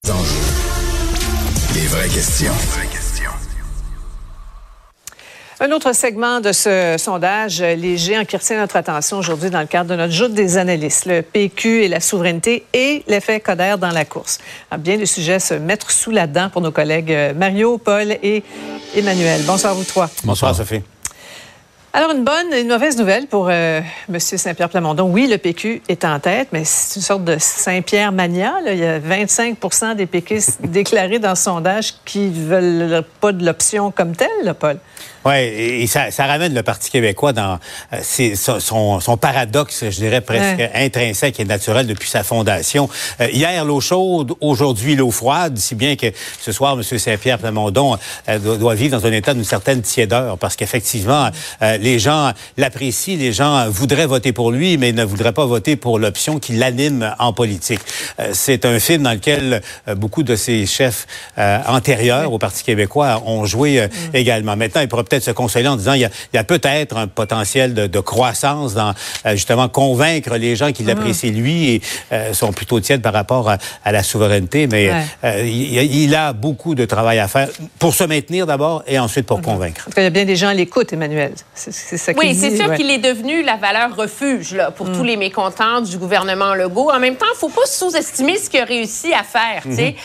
Les vraies questions. Un autre segment de ce sondage léger qui retient notre attention aujourd'hui dans le cadre de notre joute des analystes, le PQ et la souveraineté et l'effet Coderre dans la course. Alors, bien des sujets se mettre sous la dent pour nos collègues Mario, Paul et Emmanuel. Bonsoir vous trois. Bonsoir Sophie. Alors, une bonne et une mauvaise nouvelle pour M. Saint-Pierre Plamondon. Oui, le PQ est en tête, mais c'est une sorte de Saint-Pierre mania. Là. Il y a 25% des péquistes déclarés dans ce sondage qui ne veulent pas de l'option comme telle, là, Paul. Oui, et ça ramène le Parti québécois dans son paradoxe, je dirais, presque intrinsèque et naturel depuis sa fondation. Hier, l'eau chaude, aujourd'hui, l'eau froide, si bien que ce soir, M. Saint-Pierre Plamondon doit vivre dans un état d'une certaine tiédeur, parce qu'effectivement, les gens l'apprécient, les gens voudraient voter pour lui, mais ne voudraient pas voter pour l'option qui l'anime en politique. C'est un film dans lequel beaucoup de ses chefs antérieurs au Parti québécois ont joué également. Maintenant, il pourrait peut-être se consoler en disant il y a peut-être un potentiel de croissance dans justement convaincre les gens qui l'apprécient lui et sont plutôt tièdes par rapport à la souveraineté. Mais il a beaucoup de travail à faire pour se maintenir d'abord et ensuite pour convaincre. En tout cas, il y a bien des gens à l'écoute, Emmanuel. C'est ça qu'il dit. Oui, c'est sûr qu'il est devenu la valeur refuge là, pour tous les mécontents du gouvernement Legault. En même temps, il ne faut pas sous-estimer ce qu'il a réussi à faire.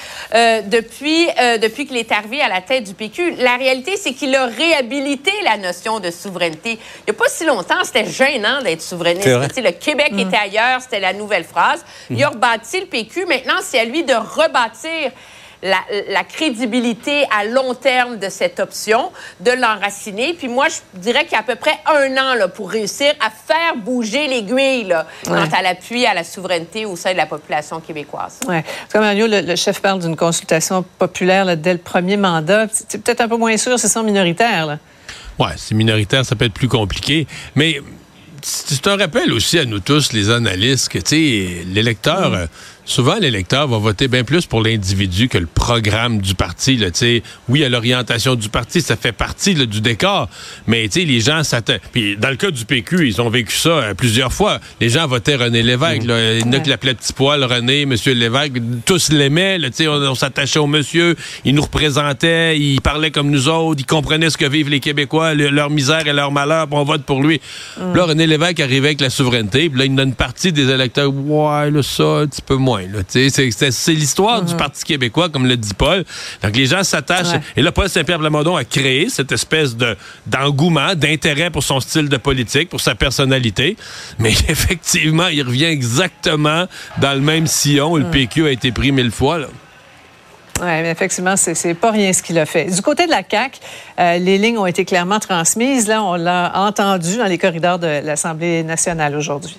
Depuis qu'il est arrivé à la tête du PQ, la réalité, c'est qu'il a réhabilité la notion de souveraineté. Il n'y a pas si longtemps, c'était gênant d'être souverainiste. Le Québec était ailleurs, c'était la nouvelle phrase. Il a rebâti le PQ. Maintenant, c'est à lui de rebâtir la crédibilité à long terme de cette option, de l'enraciner. Puis moi, je dirais qu'il y a à peu près 1 an là, pour réussir à faire bouger l'aiguille quant à l'appui à la souveraineté au sein de la population québécoise. Oui. Comme Mario, le chef parle d'une consultation populaire là, dès le premier mandat. C'est peut-être un peu moins sûr, c'est ça, minoritaire. Là. Oui, c'est minoritaire, ça peut être plus compliqué. Mais c'est un rappel aussi à nous tous, les analystes, que l'électeur... Souvent, l'électeur va voter bien plus pour l'individu que le programme du parti. Là, oui, à l'orientation du parti, ça fait partie là, du décor, mais les gens s'attendent. Puis dans le cas du PQ, ils ont vécu ça plusieurs fois. Les gens votaient René Lévesque. Là. Il y en a qui l'appelaient Petit Poil, René, Monsieur Lévesque. Tous l'aimaient. Là, on s'attachait au monsieur. Il nous représentait. Il parlait comme nous autres. Il comprenait ce que vivent les Québécois, leur misère et leur malheur. Puis on vote pour lui. Là, René Lévesque arrivait avec la souveraineté. Puis là, il y a une partie des électeurs. Ouais, là, ça, un petit peu moins. C'est l'histoire du Parti québécois, comme le dit Paul. Donc, les gens s'attachent. Et là, Paul Saint-Pierre Plamondon a créé cette espèce d'engouement, d'intérêt pour son style de politique, pour sa personnalité. Mais effectivement, il revient exactement dans le même sillon où le PQ a été pris 1000 fois. Oui, mais effectivement, c'est pas rien ce qu'il a fait. Du côté de la CAQ, les lignes ont été clairement transmises. Là, on l'a entendu dans les corridors de l'Assemblée nationale aujourd'hui.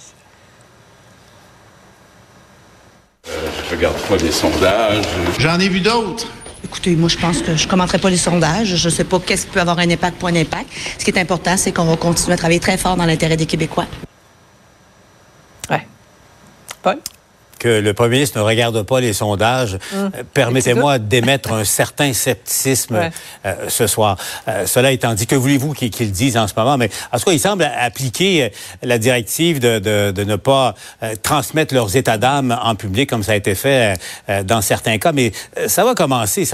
Je regarde pas les sondages. J'en ai vu d'autres. Écoutez, moi, je pense que je ne commenterai pas les sondages. Je ne sais pas qu'est-ce qui peut avoir un impact, pas un impact. Ce qui est important, c'est qu'on va continuer à travailler très fort dans l'intérêt des Québécois. Oui. Paul? Que le premier ministre ne regarde pas les sondages, permettez-moi d'émettre un certain scepticisme ce soir. Cela étant dit, que voulez-vous qu'ils disent en ce moment? Mais en tout cas, il semble appliquer la directive de ne pas transmettre leurs états d'âme en public, comme ça a été fait dans certains cas. Mais ça va commencer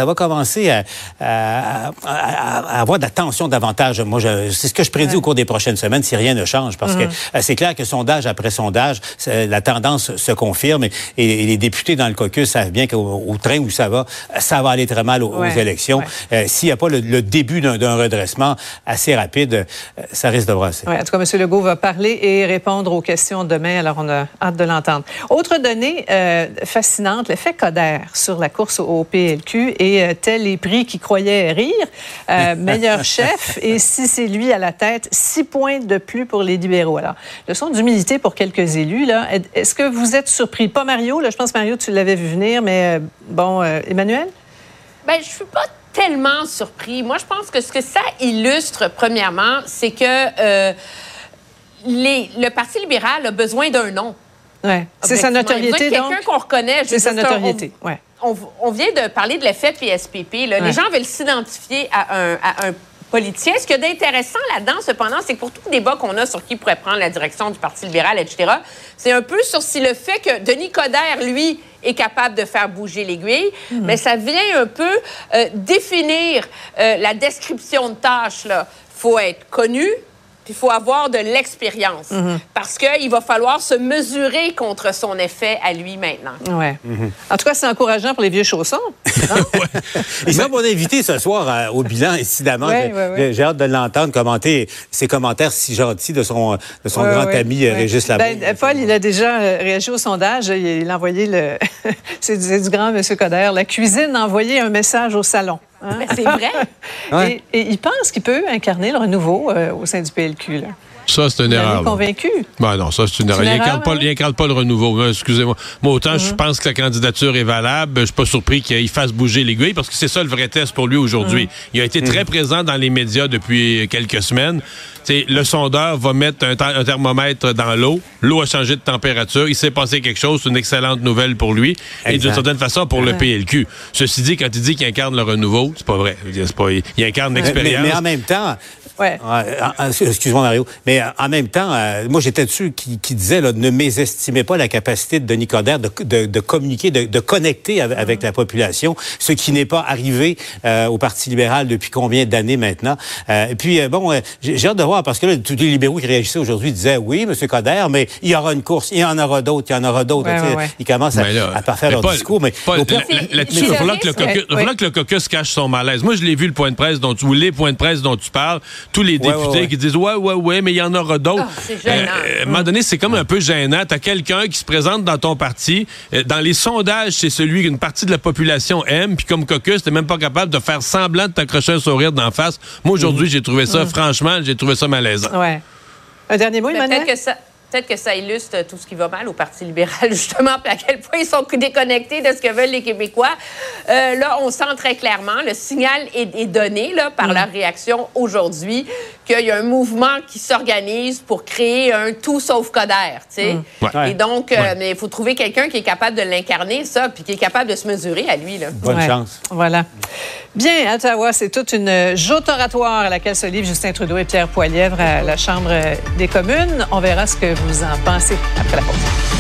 à avoir de la tension davantage. Moi, c'est ce que je prédis au cours des prochaines semaines, si rien ne change. Parce que c'est clair que sondage après sondage, la tendance se confirme. Et les députés dans le caucus savent bien qu'au train où ça va aller très mal aux élections. S'il n'y a pas le début d'un redressement assez rapide, ça risque de brasser. En tout cas, M. Legault va parler et répondre aux questions demain, alors on a hâte de l'entendre. Autre donnée fascinante, l'effet Coderre sur la course au PLQ et tels les prix qui croyaient rire. Meilleur chef, et si c'est lui à la tête, 6 points de plus pour les libéraux. Alors, leçon d'humilité pour quelques élus. Là. Est-ce que vous êtes surpris? Pas Mario, là, je pense, Mario, tu l'avais vu venir, mais Emmanuel? Bien, je ne suis pas tellement surpris. Moi, je pense que ce que ça illustre, premièrement, c'est que le Parti libéral a besoin d'un nom. Oui, c'est sa notoriété, donc. Quelqu'un qu'on reconnaît. C'est sa notoriété, oui. On vient de parler de l'effet PSPP. Là. Les gens veulent s'identifier à un politicien. Ce qu'il y a d'intéressant là-dedans, cependant, c'est que pour tout le débat qu'on a sur qui pourrait prendre la direction du Parti libéral, etc., c'est un peu sur si le fait que Denis Coderre, lui, est capable de faire bouger l'aiguille, mais ça vient un peu définir la description de tâches. Il faut être connu, puis il faut avoir de l'expérience. Parce qu'il va falloir se mesurer contre son effet à lui maintenant. Ouais. En tout cas, c'est encourageant pour les vieux chaussons. Hein? Il sera mon invité ce soir au bilan, incidemment. J'ai hâte de l'entendre commenter ses commentaires si gentils de son grand ami Régis Labaume. Paul, il a déjà réagi au sondage. Il a envoyé c'est du grand M. Coderre. La cuisine a envoyé un message au salon. Hein? C'est vrai. Et il pense qu'il peut incarner le renouveau au sein du PLQ. Là. Ça, c'est une erreur. Convaincu? Ben non, ça, c'est une erreur. Il n'incarne pas le renouveau. Excusez-moi. Moi, autant je pense que la candidature est valable, je suis pas surpris qu'il fasse bouger l'aiguille parce que c'est ça le vrai test pour lui aujourd'hui. Il a été très présent dans les médias depuis quelques semaines. T'sais, le sondeur va mettre un thermomètre dans l'eau. L'eau a changé de température. Il s'est passé quelque chose. C'est une excellente nouvelle pour lui. Exact. Et d'une certaine façon, pour le PLQ. Ceci dit, quand il dit qu'il incarne le renouveau, c'est pas vrai. Il incarne l'expérience. Mais en même temps... excuse-moi, Mario. Mais en même temps, moi, j'étais dessus qui disait ne mésestimez pas la capacité de Denis Coderre de communiquer, de connecter avec la population, ce qui n'est pas arrivé au Parti libéral depuis combien d'années maintenant. Et puis, j'ai hâte de voir, parce que là, tous les libéraux qui réagissaient aujourd'hui disaient oui, M. Coderre, mais il y aura une course, il y en aura d'autres, Ils commencent à parfaire leur discours. Mais là-dessus, il va falloir que le caucus cache son malaise. Moi, je l'ai vu, les points de presse dont tu parles. Tous les députés qui disent ouais, mais il y en aura d'autres. C'est gênant. À un moment donné, c'est comme un peu gênant. T'as quelqu'un qui se présente dans ton parti. Dans les sondages, c'est celui qu'une partie de la population aime. Puis comme caucus, t'es même pas capable de faire semblant de t'accrocher un sourire d'en face. Moi, aujourd'hui, j'ai trouvé ça, franchement, j'ai trouvé ça malaisant. Ouais. Un dernier mot, Emmanuel? Peut-être que ça illustre tout ce qui va mal au Parti libéral, justement, puis à quel point ils sont déconnectés de ce que veulent les Québécois. Là, on sent très clairement, le signal est donné là, par leur réaction aujourd'hui, qu'il y a un mouvement qui s'organise pour créer un tout sauf Coderre, tu sais. Et donc, mais il faut trouver quelqu'un qui est capable de l'incarner, ça, puis qui est capable de se mesurer à lui. Là. Bonne chance. Voilà. Bien, à Ottawa, c'est toute une joute oratoire à laquelle se livrent Justin Trudeau et Pierre Poilievre à la Chambre des communes. On verra ce que vous en pensez après la pause.